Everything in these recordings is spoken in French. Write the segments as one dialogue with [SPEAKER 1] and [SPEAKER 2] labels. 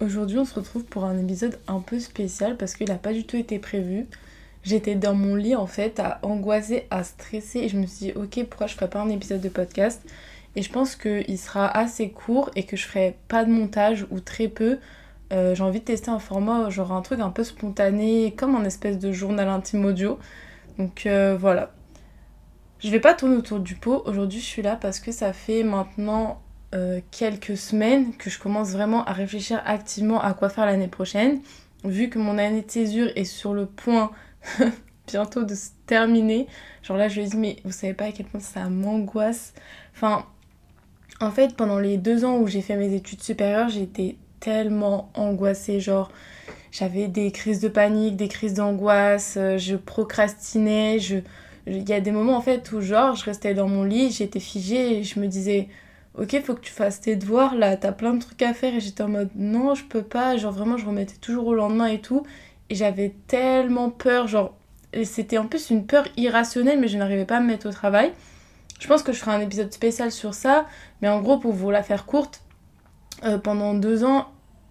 [SPEAKER 1] Aujourd'hui, on se retrouve pour un épisode un peu spécial parce qu'il n'a pas du tout été prévu. J'étais dans mon lit en fait, à angoisser, à stresser et je me suis dit ok, pourquoi je ferais pas un épisode de podcast? Et je pense qu'il sera assez court et que je ferai pas de montage ou très peu. J'ai envie de tester un format, genre un truc un peu spontané, comme un espèce de journal intime audio. Donc voilà. Je vais pas tourner autour du pot. Aujourd'hui, je suis là parce que ça fait maintenant quelques semaines que je commence vraiment à réfléchir activement à quoi faire l'année prochaine. Vu que mon année de césure est sur le point bientôt de se terminer. Genre là, je me dis, mais vous savez pas à quel point ça m'angoisse. Enfin, en fait, pendant les 2 ans où j'ai fait mes études supérieures, j'étais tellement angoissée. Genre, j'avais des crises de panique, des crises d'angoisse, je procrastinais, il y a des moments en fait où genre je restais dans mon lit, j'étais figée et je me disais ok, faut que tu fasses tes devoirs là, t'as plein de trucs à faire et j'étais en mode non, je peux pas, genre vraiment je remettais toujours au lendemain et tout et j'avais tellement peur, genre et c'était en plus une peur irrationnelle mais je n'arrivais pas à me mettre au travail. Je pense que je ferai un épisode spécial sur ça, mais en gros pour vous la faire courte, pendant 2 ans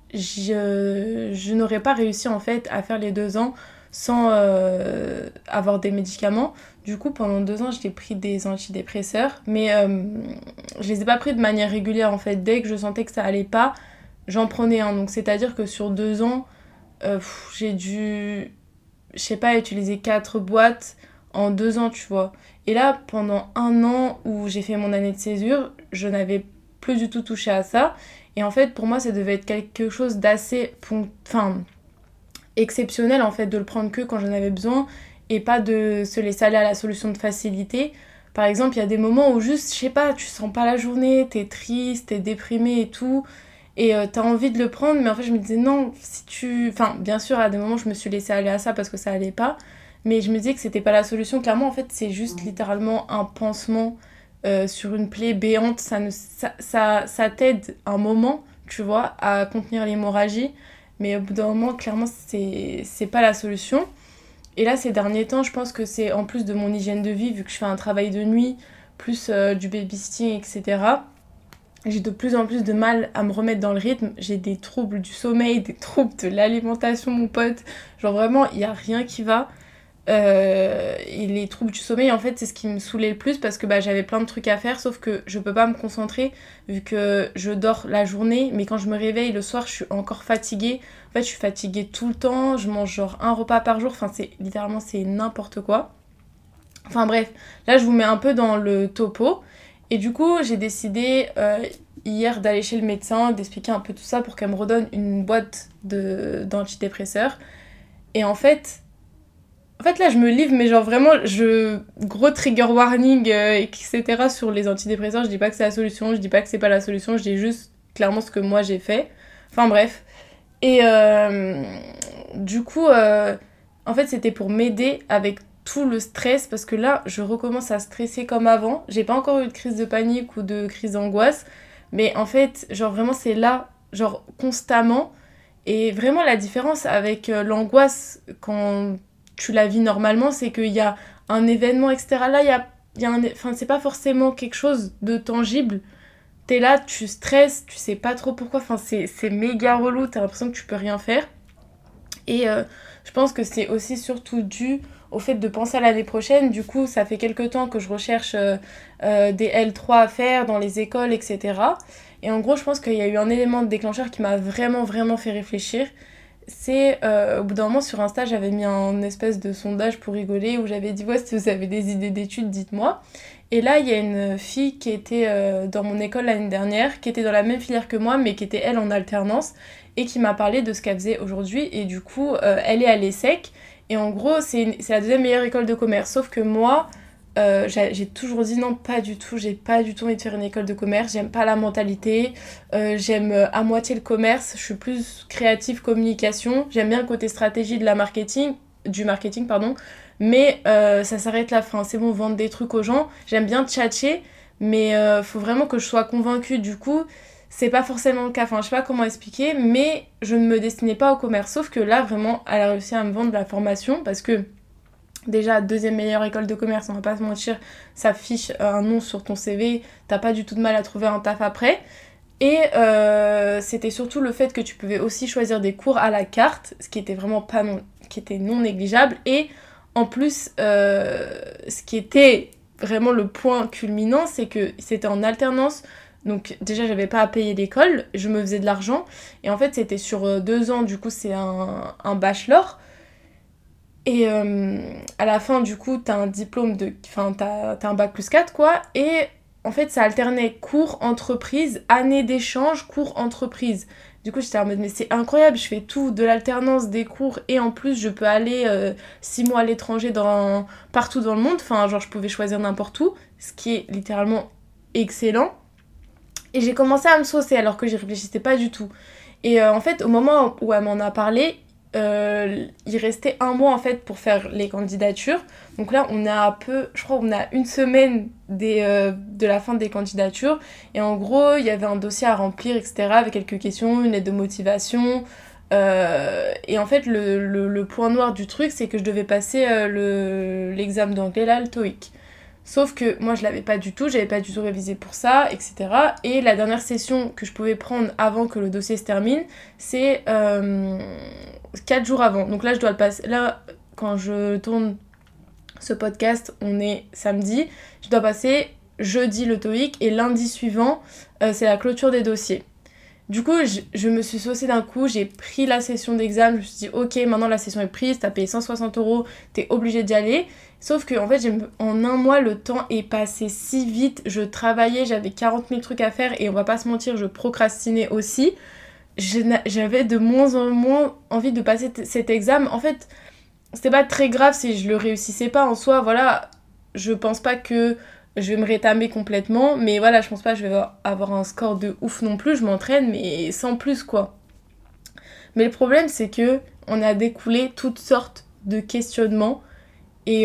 [SPEAKER 1] je n'aurais pas réussi en fait à faire les 2 ans sans avoir des médicaments. Du coup, pendant 2 ans, j'ai pris des antidépresseurs, mais je les ai pas pris de manière régulière en fait. Dès que je sentais que ça allait pas, j'en prenais un. Donc, c'est-à-dire que sur 2 ans, j'ai dû, je sais pas, utiliser 4 boîtes en 2 ans, tu vois. Et là, pendant un an où j'ai fait mon année de césure, je n'avais plus du tout touché à ça. Et en fait, pour moi, ça devait être quelque chose d'assez exceptionnel, en fait, de le prendre que quand j'en avais besoin et pas de se laisser aller à la solution de facilité. Par exemple, il y a des moments où juste, je sais pas, tu sens pas la journée, t'es triste, t'es déprimé et tout, et t'as envie de le prendre, mais en fait, je me disais non, si tu... Enfin, bien sûr, à des moments, je me suis laissée aller à ça parce que ça allait pas, mais je me disais que c'était pas la solution. Clairement, en fait, c'est juste littéralement un pansement sur une plaie béante. Ça t'aide un moment, tu vois, à contenir l'hémorragie, mais au bout d'un moment, clairement, c'est pas la solution. Et là, ces derniers temps, je pense que c'est en plus de mon hygiène de vie, vu que je fais un travail de nuit, plus du babysitting, etc. J'ai de plus en plus de mal à me remettre dans le rythme. J'ai des troubles du sommeil, des troubles de l'alimentation, mon pote. Genre vraiment, il n'y a rien qui va. Et les troubles du sommeil, en fait, c'est ce qui me saoulait le plus parce que bah, j'avais plein de trucs à faire, sauf que je peux pas me concentrer vu que je dors la journée, mais quand je me réveille le soir, je suis encore fatiguée. En fait, je suis fatiguée tout le temps, je mange genre un repas par jour, enfin, c'est littéralement, c'est n'importe quoi. Enfin, bref, là, je vous mets un peu dans le topo. Et du coup, j'ai décidé hier d'aller chez le médecin, d'expliquer un peu tout ça pour qu'elle me redonne une boîte d'antidépresseurs. Et en fait, là, je me livre, mais genre vraiment, gros trigger warning, etc. sur les antidépresseurs. Je dis pas que c'est la solution, je dis pas que c'est pas la solution, je dis juste clairement ce que moi j'ai fait. Enfin bref. Et du coup, en fait, c'était pour m'aider avec tout le stress, parce que là, je recommence à stresser comme avant. J'ai pas encore eu de crise de panique ou de crise d'angoisse, mais en fait, genre vraiment, c'est là, genre constamment. Et vraiment, la différence avec l'angoisse quand tu la vis normalement, c'est qu'il y a un événement, etc. Là, enfin, c'est pas forcément quelque chose de tangible. T'es là, tu stresses, tu sais pas trop pourquoi. Enfin, c'est méga relou, t'as l'impression que tu peux rien faire. Et je pense que c'est aussi surtout dû au fait de penser à l'année prochaine. Du coup, ça fait quelques temps que je recherche des L3 à faire dans les écoles, etc. Et en gros, je pense qu'il y a eu un élément de déclencheur qui m'a vraiment, vraiment fait réfléchir. C'est au bout d'un moment sur Insta, j'avais mis un espèce de sondage pour rigoler où j'avais dit ouais, si vous avez des idées d'études, dites-moi. Et là, il y a une fille qui était dans mon école l'année dernière, qui était dans la même filière que moi, mais qui était elle en alternance, et qui m'a parlé de ce qu'elle faisait aujourd'hui. Et du coup, elle est à l'ESSEC, et en gros, c'est la deuxième meilleure école de commerce. Sauf que moi, j'ai toujours dit non, pas du tout, j'ai pas du tout envie de faire une école de commerce, j'aime pas la mentalité, j'aime à moitié le commerce, je suis plus créative communication, j'aime bien le côté stratégie de du marketing, pardon, mais ça s'arrête là, enfin, c'est bon, vendre des trucs aux gens, j'aime bien tchatcher, mais faut vraiment que je sois convaincue, du coup, c'est pas forcément le cas, enfin, je sais pas comment expliquer, mais je ne me destinais pas au commerce, sauf que là, vraiment, elle a réussi à me vendre de la formation, parce que déjà, deuxième meilleure école de commerce, on va pas se mentir, ça affiche un nom sur ton CV, t'as pas du tout de mal à trouver un taf après. Et c'était surtout le fait que tu pouvais aussi choisir des cours à la carte, ce qui était vraiment pas qui était non négligeable. Et en plus, ce qui était vraiment le point culminant, c'est que c'était en alternance. Donc déjà, j'avais pas à payer l'école, je me faisais de l'argent. Et en fait, c'était sur 2 ans, du coup, c'est un bachelor. Et à la fin, du coup, t'as un diplôme de... Enfin, t'as un bac plus 4, quoi. Et en fait, ça alternait cours, entreprise, année d'échange, cours, entreprise. Du coup, j'étais en mode, mais c'est incroyable, je fais tout, de l'alternance, des cours, et en plus, je peux aller 6 mois à l'étranger partout dans le monde. Enfin, genre, je pouvais choisir n'importe où, ce qui est littéralement excellent. Et j'ai commencé à me saucer alors que j'y réfléchissais pas du tout. Et en fait, au moment où elle m'en a parlé, il restait 1 mois en fait pour faire les candidatures. Donc là, on a je crois qu'on a 1 semaine de la fin des candidatures. Et en gros, il y avait un dossier à remplir, etc. avec quelques questions, une lettre de motivation. Et en fait, le point noir du truc, c'est que je devais passer l'examen d'anglais, là, le TOEIC. Sauf que moi je l'avais pas du tout, j'avais pas du tout révisé pour ça, etc. Et la dernière session que je pouvais prendre avant que le dossier se termine, c'est 4 jours avant. Donc là je dois le passer. Là, quand je tourne ce podcast, on est samedi. Je dois passer jeudi le TOEIC et lundi suivant, c'est la clôture des dossiers. Du coup, je me suis saucée d'un coup, j'ai pris la session d'examen, je me suis dit ok, maintenant la session est prise, t'as payé 160€, t'es obligé d'y aller. Sauf que en fait, en 1 mois, le temps est passé si vite, je travaillais, j'avais 40 000 trucs à faire et on va pas se mentir, je procrastinais aussi. J'avais de moins en moins envie de passer cet examen. En fait, c'était pas très grave si je le réussissais pas en soi, voilà, je pense pas que je vais me rétamer complètement, mais voilà, je pense pas que je vais avoir un score de ouf non plus, je m'entraîne, mais sans plus, quoi. Mais le problème, c'est que on a découlé toutes sortes de questionnements, et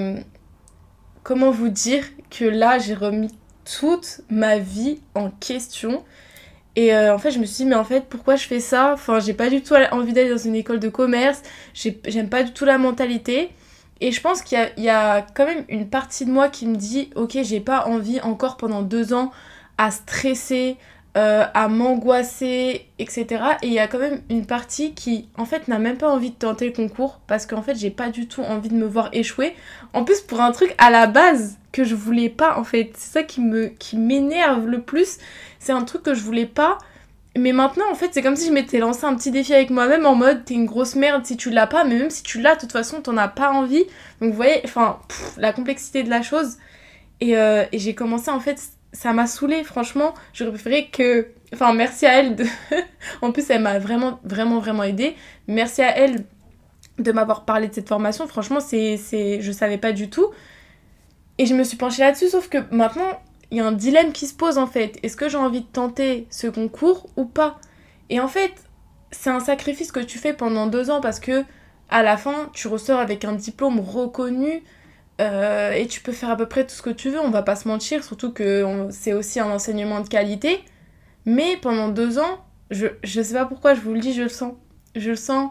[SPEAKER 1] comment vous dire que là, j'ai remis toute ma vie en question, et en fait, je me suis dit, mais en fait, pourquoi je fais ça ? Enfin, j'ai pas du tout envie d'aller dans une école de commerce, j'aime pas du tout la mentalité. Et je pense qu'il y a quand même une partie de moi qui me dit ok, j'ai pas envie encore pendant 2 ans à stresser, à m'angoisser, etc. Et il y a quand même une partie qui en fait n'a même pas envie de tenter le concours parce qu'en fait j'ai pas du tout envie de me voir échouer. En plus pour un truc à la base que je voulais pas en fait. C'est ça qui m'énerve le plus. C'est un truc que je voulais pas. Mais maintenant, en fait, c'est comme si je m'étais lancé un petit défi avec moi-même en mode t'es une grosse merde si tu l'as pas, mais même si tu l'as, de toute façon, t'en as pas envie. Donc, vous voyez, enfin, la complexité de la chose. Et j'ai commencé, en fait, ça m'a saoulée, franchement. J'aurais préféré que. Enfin, merci à elle. En plus, elle m'a vraiment, vraiment, vraiment aidée. Merci à elle de m'avoir parlé de cette formation. Franchement, je savais pas du tout. Et je me suis penchée là-dessus, sauf que maintenant. Il y a un dilemme qui se pose en fait. Est-ce que j'ai envie de tenter ce concours ou pas ? Et en fait, c'est un sacrifice que tu fais pendant 2 ans parce que à la fin, tu ressors avec un diplôme reconnu et tu peux faire à peu près tout ce que tu veux. On va pas se mentir, surtout que c'est aussi un enseignement de qualité. Mais pendant 2 ans, je sais pas pourquoi je vous le dis, je le sens. Je le sens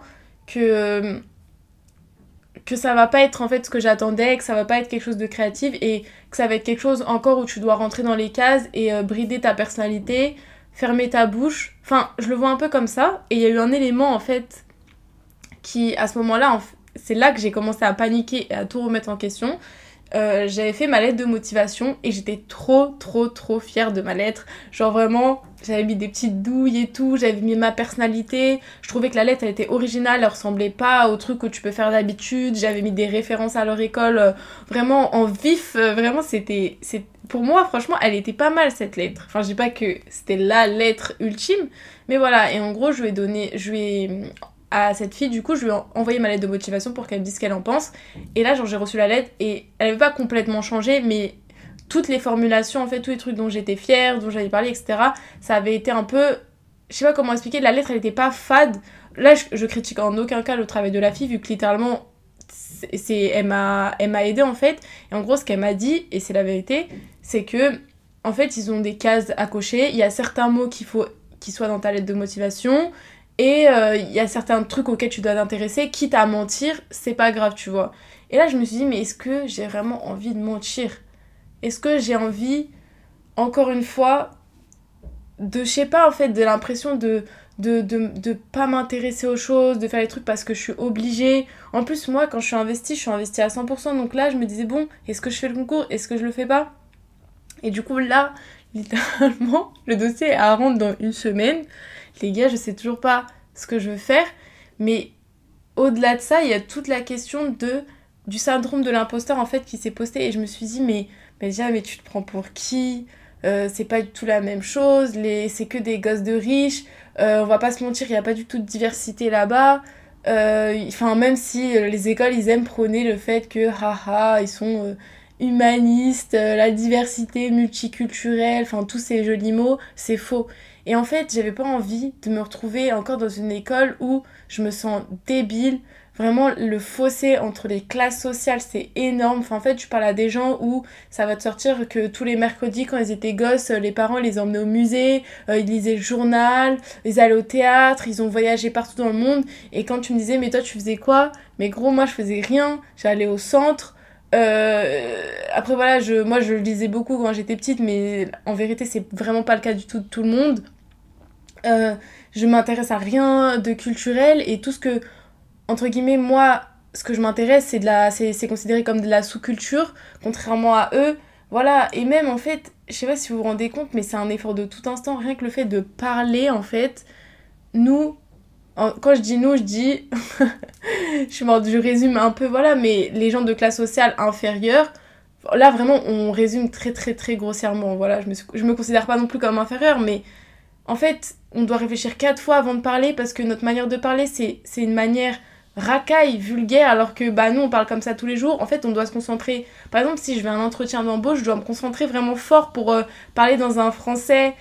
[SPEAKER 1] que ça va pas être en fait ce que j'attendais, que ça va pas être quelque chose de créatif et que ça va être quelque chose encore où tu dois rentrer dans les cases et brider ta personnalité, fermer ta bouche. Enfin, je le vois un peu comme ça. Et il y a eu un élément en fait qui, à ce moment-là, c'est là que j'ai commencé à paniquer et à tout remettre en question. J'avais fait ma lettre de motivation et j'étais trop fière de ma lettre. Genre vraiment, j'avais mis des petites douilles et tout, j'avais mis ma personnalité. Je trouvais que la lettre, elle était originale, elle ressemblait pas au truc que tu peux faire d'habitude. J'avais mis des références à leur école, vraiment en vif. Vraiment, pour moi, franchement, elle était pas mal cette lettre. Enfin, je dis pas que c'était la lettre ultime, mais voilà. Et en gros, à cette fille, du coup, je lui ai envoyé ma lettre de motivation pour qu'elle me dise ce qu'elle en pense. Et là, genre, j'ai reçu la lettre et elle avait pas complètement changé, mais toutes les formulations, en fait, tous les trucs dont j'étais fière, dont j'avais parlé, etc., ça avait été un peu... Je sais pas comment expliquer, la lettre, elle était pas fade. Là, je critique en aucun cas le travail de la fille, vu que littéralement, elle m'a aidée, en fait. Et en gros, ce qu'elle m'a dit, et c'est la vérité, c'est que, en fait, ils ont des cases à cocher. Il y a certains mots qu'il faut qu'ils soient dans ta lettre de motivation. Et y a certains trucs auxquels tu dois t'intéresser, quitte à mentir, c'est pas grave, tu vois. Et là, je me suis dit, mais est-ce que j'ai vraiment envie de mentir ? Est-ce que j'ai envie, encore une fois, je sais pas, en fait, de l'impression de pas m'intéresser aux choses, de faire les trucs parce que je suis obligée. En plus, moi, quand je suis investie à 100%. Donc là, je me disais, bon, est-ce que je fais le concours? Est-ce que je le fais pas? Et du coup, là, littéralement, le dossier est à rendre dans une semaine. Les gars, je sais toujours pas ce que je veux faire. Mais au-delà de ça, il y a toute la question du syndrome de l'imposteur, en fait, qui s'est posté. Et je me suis dit, mais déjà, mais tu te prends pour qui? C'est pas du tout la même chose. C'est que des gosses de riches. On va pas se mentir, il n'y a pas du tout de diversité là-bas. Enfin, même si les écoles, ils aiment prôner le fait que, haha, ils sont humanistes, la diversité multiculturelle, enfin, tous ces jolis mots, c'est faux. Et en fait, j'avais pas envie de me retrouver encore dans une école où je me sens débile. Vraiment, le fossé entre les classes sociales, c'est énorme. Enfin, en fait, tu parles à des gens où ça va te sortir que tous les mercredis, quand ils étaient gosses, les parents les emmenaient au musée, ils lisaient le journal, ils allaient au théâtre, ils ont voyagé partout dans le monde. Et quand tu me disais, mais toi, tu faisais quoi? Mais gros, moi, je faisais rien. J'allais au centre. Après, voilà, moi, je lisais beaucoup quand j'étais petite, mais en vérité, c'est vraiment pas le cas du tout de tout le monde. Euh, je m'intéresse à rien de culturel et tout ce que entre guillemets, moi, ce que je m'intéresse, c'est considéré comme de la sous-culture, contrairement à eux. Voilà, et même en fait, je sais pas si vous vous rendez compte, mais c'est un effort de tout instant, rien que le fait de parler, en fait, nous, quand je dis nous, je dis, je résume un peu, voilà, mais les gens de classe sociale inférieure, là vraiment, on résume très très très grossièrement, voilà, je me considère pas non plus comme inférieure, mais en fait, on doit réfléchir 4 fois avant de parler parce que notre manière de parler, c'est une manière racaille, vulgaire, alors que bah, nous, on parle comme ça tous les jours. En fait, on doit se concentrer. Par exemple, si je vais à un entretien d'embauche, je dois me concentrer vraiment fort pour parler dans un français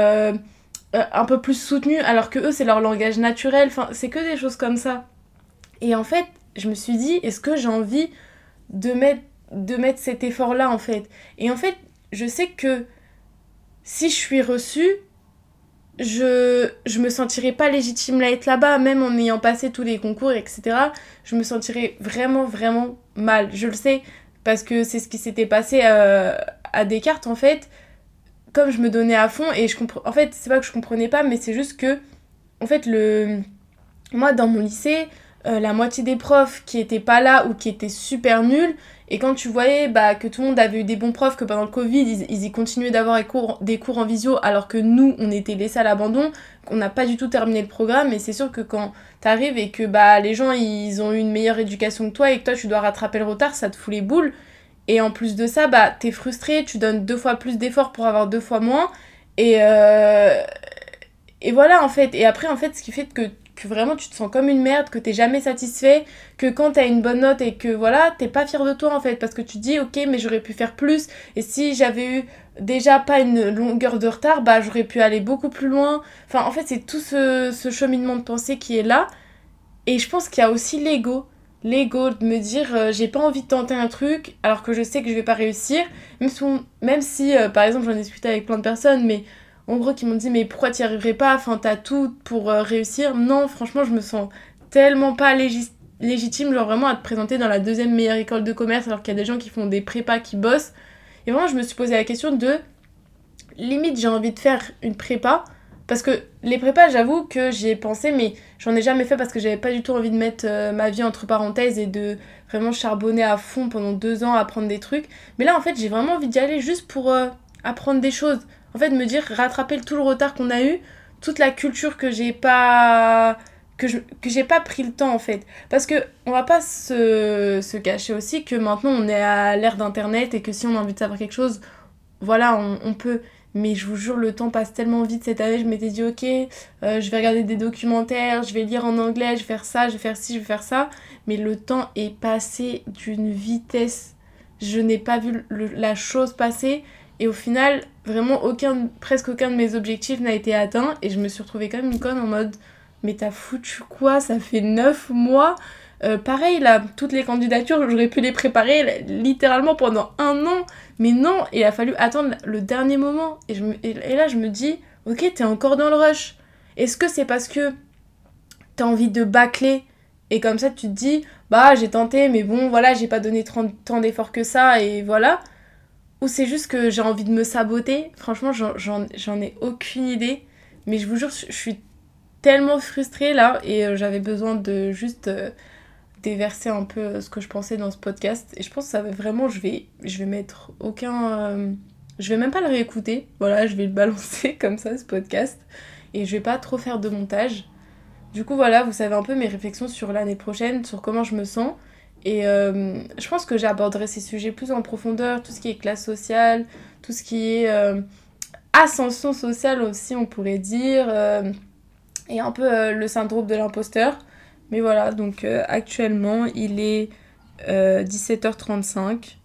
[SPEAKER 1] un peu plus soutenu, alors que eux, c'est leur langage naturel. Enfin, c'est que des choses comme ça. Et en fait, je me suis dit, est-ce que j'ai envie de mettre cet effort-là, en fait? Et en fait, je sais que si je suis reçue, je me sentirais pas légitime à être là-bas, même en ayant passé tous les concours, etc. Je me sentirais vraiment, vraiment mal. Je le sais, parce que c'est ce qui s'était passé à Descartes, en fait. Comme je me donnais à fond, et en fait, c'est pas que je comprenais pas, mais c'est juste que, en fait, moi, dans mon lycée, la moitié des profs qui étaient pas là ou qui étaient super nuls, et quand tu voyais bah, que tout le monde avait eu des bons profs, que pendant le Covid, ils y continuaient d'avoir des cours en visio, alors que nous, on était laissés à l'abandon, qu'on n'a pas du tout terminé le programme, et c'est sûr que quand t'arrives et que bah, les gens, ils ont eu une meilleure éducation que toi, et que toi, tu dois rattraper le retard, ça te fout les boules. Et en plus de ça, bah, t'es frustré, tu donnes 2 fois plus d'efforts pour avoir 2 fois moins, et, euh, et voilà, en fait. Et après, en fait, ce qui fait que vraiment tu te sens comme une merde, que t'es jamais satisfait, que quand t'as une bonne note et que voilà, t'es pas fier de toi en fait, parce que tu te dis ok, mais j'aurais pu faire plus, et si j'avais eu déjà pas une longueur de retard, bah j'aurais pu aller beaucoup plus loin. Enfin, en fait, c'est tout ce cheminement de pensée qui est là, et je pense qu'il y a aussi l'ego. L'ego de me dire j'ai pas envie de tenter un truc alors que je sais que je vais pas réussir. Même si par exemple j'en ai discuté avec plein de personnes, mais en gros qui m'ont dit mais pourquoi t'y arriverais pas, enfin t'as tout pour réussir. Non, franchement je me sens tellement pas légitime, genre vraiment à te présenter dans la deuxième meilleure école de commerce alors qu'il y a des gens qui font des prépas qui bossent. Et vraiment je me suis posé la question de limite j'ai envie de faire une prépa parce que les prépas j'avoue que j'y ai pensé mais j'en ai jamais fait parce que j'avais pas du tout envie de mettre ma vie entre parenthèses et de vraiment charbonner à fond pendant 2 ans à apprendre des trucs. Mais là en fait j'ai vraiment envie d'y aller juste pour apprendre des choses. En fait me dire rattraper tout le retard qu'on a eu, toute la culture que j'ai pas que j'ai pas pris le temps en fait. Parce que on va pas se cacher aussi que maintenant on est à l'ère d'internet et que si on a envie de savoir quelque chose, voilà, on peut. Mais je vous jure, le temps passe tellement vite cette année. Je m'étais dit, ok, je vais regarder des documentaires, je vais lire en anglais, je vais faire ça, je vais faire ci, je vais faire ça. Mais le temps est passé d'une vitesse. Je n'ai pas vu la chose passer. Et au final, vraiment, presque aucun de mes objectifs n'a été atteint. Et je me suis retrouvée comme une conne en mode, mais t'as foutu quoi? Ça fait 9 mois. Pareil, là, toutes les candidatures, j'aurais pu les préparer littéralement pendant 1 an. Mais non, il a fallu attendre le dernier moment. Et là, je me dis, ok, t'es encore dans le rush. Est-ce que c'est parce que t'as envie de bâcler et comme ça, tu te dis, bah, j'ai tenté, mais bon, voilà, j'ai pas donné tant d'efforts que ça, et voilà. ou c'est juste que j'ai envie de me saboter. Franchement, j'en ai aucune idée. Mais je vous jure, je suis tellement frustrée là et j'avais besoin de juste déverser un peu ce que je pensais dans ce podcast. Et je pense que ça va vraiment, je vais mettre aucun... je vais même pas le réécouter. Voilà, je vais le balancer comme ça, ce podcast. Et je vais pas trop faire de montage. Du coup, voilà, vous savez un peu mes réflexions sur l'année prochaine, sur comment je me sens. Et je pense que j'aborderai ces sujets plus en profondeur, tout ce qui est classe sociale, tout ce qui est ascension sociale aussi, on pourrait dire, et un peu le syndrome de l'imposteur. Mais voilà, donc actuellement, il est 17h35.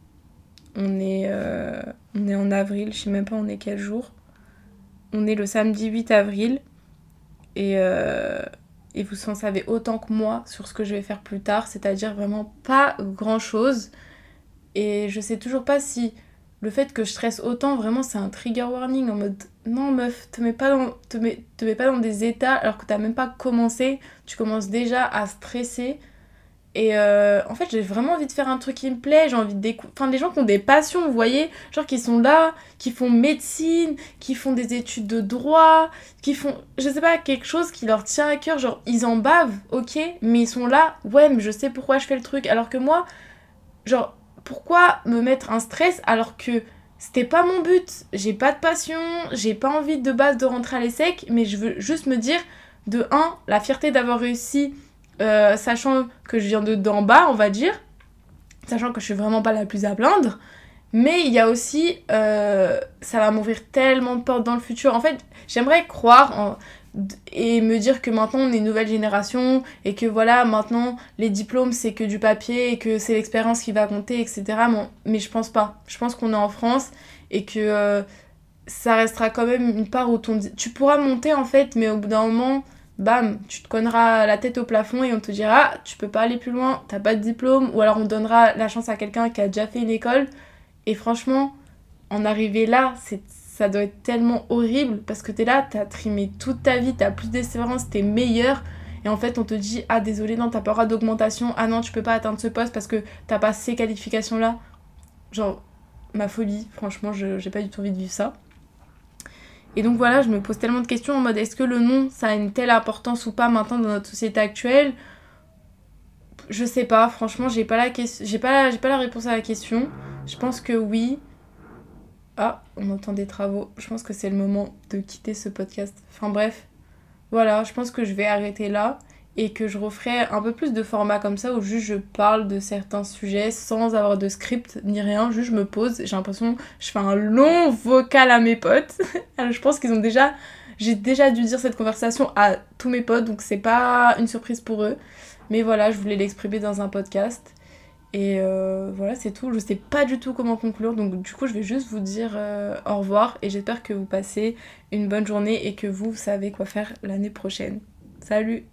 [SPEAKER 1] On est en avril, je sais même pas on est quel jour. On est le samedi 8 avril. Et, et vous en savez autant que moi sur ce que je vais faire plus tard, c'est-à-dire vraiment pas grand-chose. Et je sais toujours pas si le fait que je stresse autant, vraiment, c'est un trigger warning en mode non, meuf, te mets pas dans des états alors que t'as même pas commencé, tu commences déjà à stresser. Et en fait, j'ai vraiment envie de faire un truc qui me plaît, j'ai envie de découvrir. Enfin, les gens qui ont des passions, vous voyez, genre qui sont là, qui font médecine, qui font des études de droit, qui font, je sais pas, quelque chose qui leur tient à cœur, genre ils en bavent, ok, mais ils sont là, ouais, mais je sais pourquoi je fais le truc. Alors que moi, genre, pourquoi me mettre un stress alors que c'était pas mon but, j'ai pas de passion, j'ai pas envie de base de rentrer à l'ESSEC, mais je veux juste me dire, de un, la fierté d'avoir réussi, sachant que je viens de d'en bas, on va dire, sachant que je suis vraiment pas la plus à plaindre, mais il y a aussi, ça va m'ouvrir tellement de portes dans le futur. En fait, j'aimerais croire et me dire que maintenant on est une nouvelle génération et que voilà, maintenant les diplômes c'est que du papier et que c'est l'expérience qui va compter, etc. Mais je pense pas. Je pense qu'on est en France et que ça restera quand même une part où tu pourras monter en fait, mais au bout d'un moment, bam, tu te cogneras la tête au plafond et on te dira tu peux pas aller plus loin, t'as pas de diplôme, ou alors on donnera la chance à quelqu'un qui a déjà fait une école. Et franchement, en arriver là, ça doit être tellement horrible parce que t'es là, t'as trimé toute ta vie, t'as plus d'espérance, t'es meilleur. Et en fait, on te dit ah désolé, non, t'as pas le droit d'augmentation, ah non, tu peux pas atteindre ce poste parce que t'as pas ces qualifications-là. Genre, ma folie, franchement, j'ai pas du tout envie de vivre ça. Et donc voilà, je me pose tellement de questions en mode est-ce que le nom, ça a une telle importance ou pas maintenant dans notre société actuelle ? Je sais pas, franchement, j'ai pas la réponse à la question. Je pense que oui. Ah, on entend des travaux. Je pense que c'est le moment de quitter ce podcast. Enfin bref, voilà, je pense que je vais arrêter là et que je referai un peu plus de formats comme ça où juste je parle de certains sujets sans avoir de script ni rien. Juste je me pose, j'ai l'impression que je fais un long vocal à mes potes. Alors, je pense qu'ils ont déjà... J'ai déjà dû dire cette conversation à tous mes potes, donc c'est pas une surprise pour eux. Mais voilà, je voulais l'exprimer dans un podcast. Et voilà, c'est tout. Je sais pas du tout comment conclure, donc du coup, je vais juste vous dire au revoir. Et j'espère que vous passez une bonne journée et que vous savez quoi faire l'année prochaine. Salut!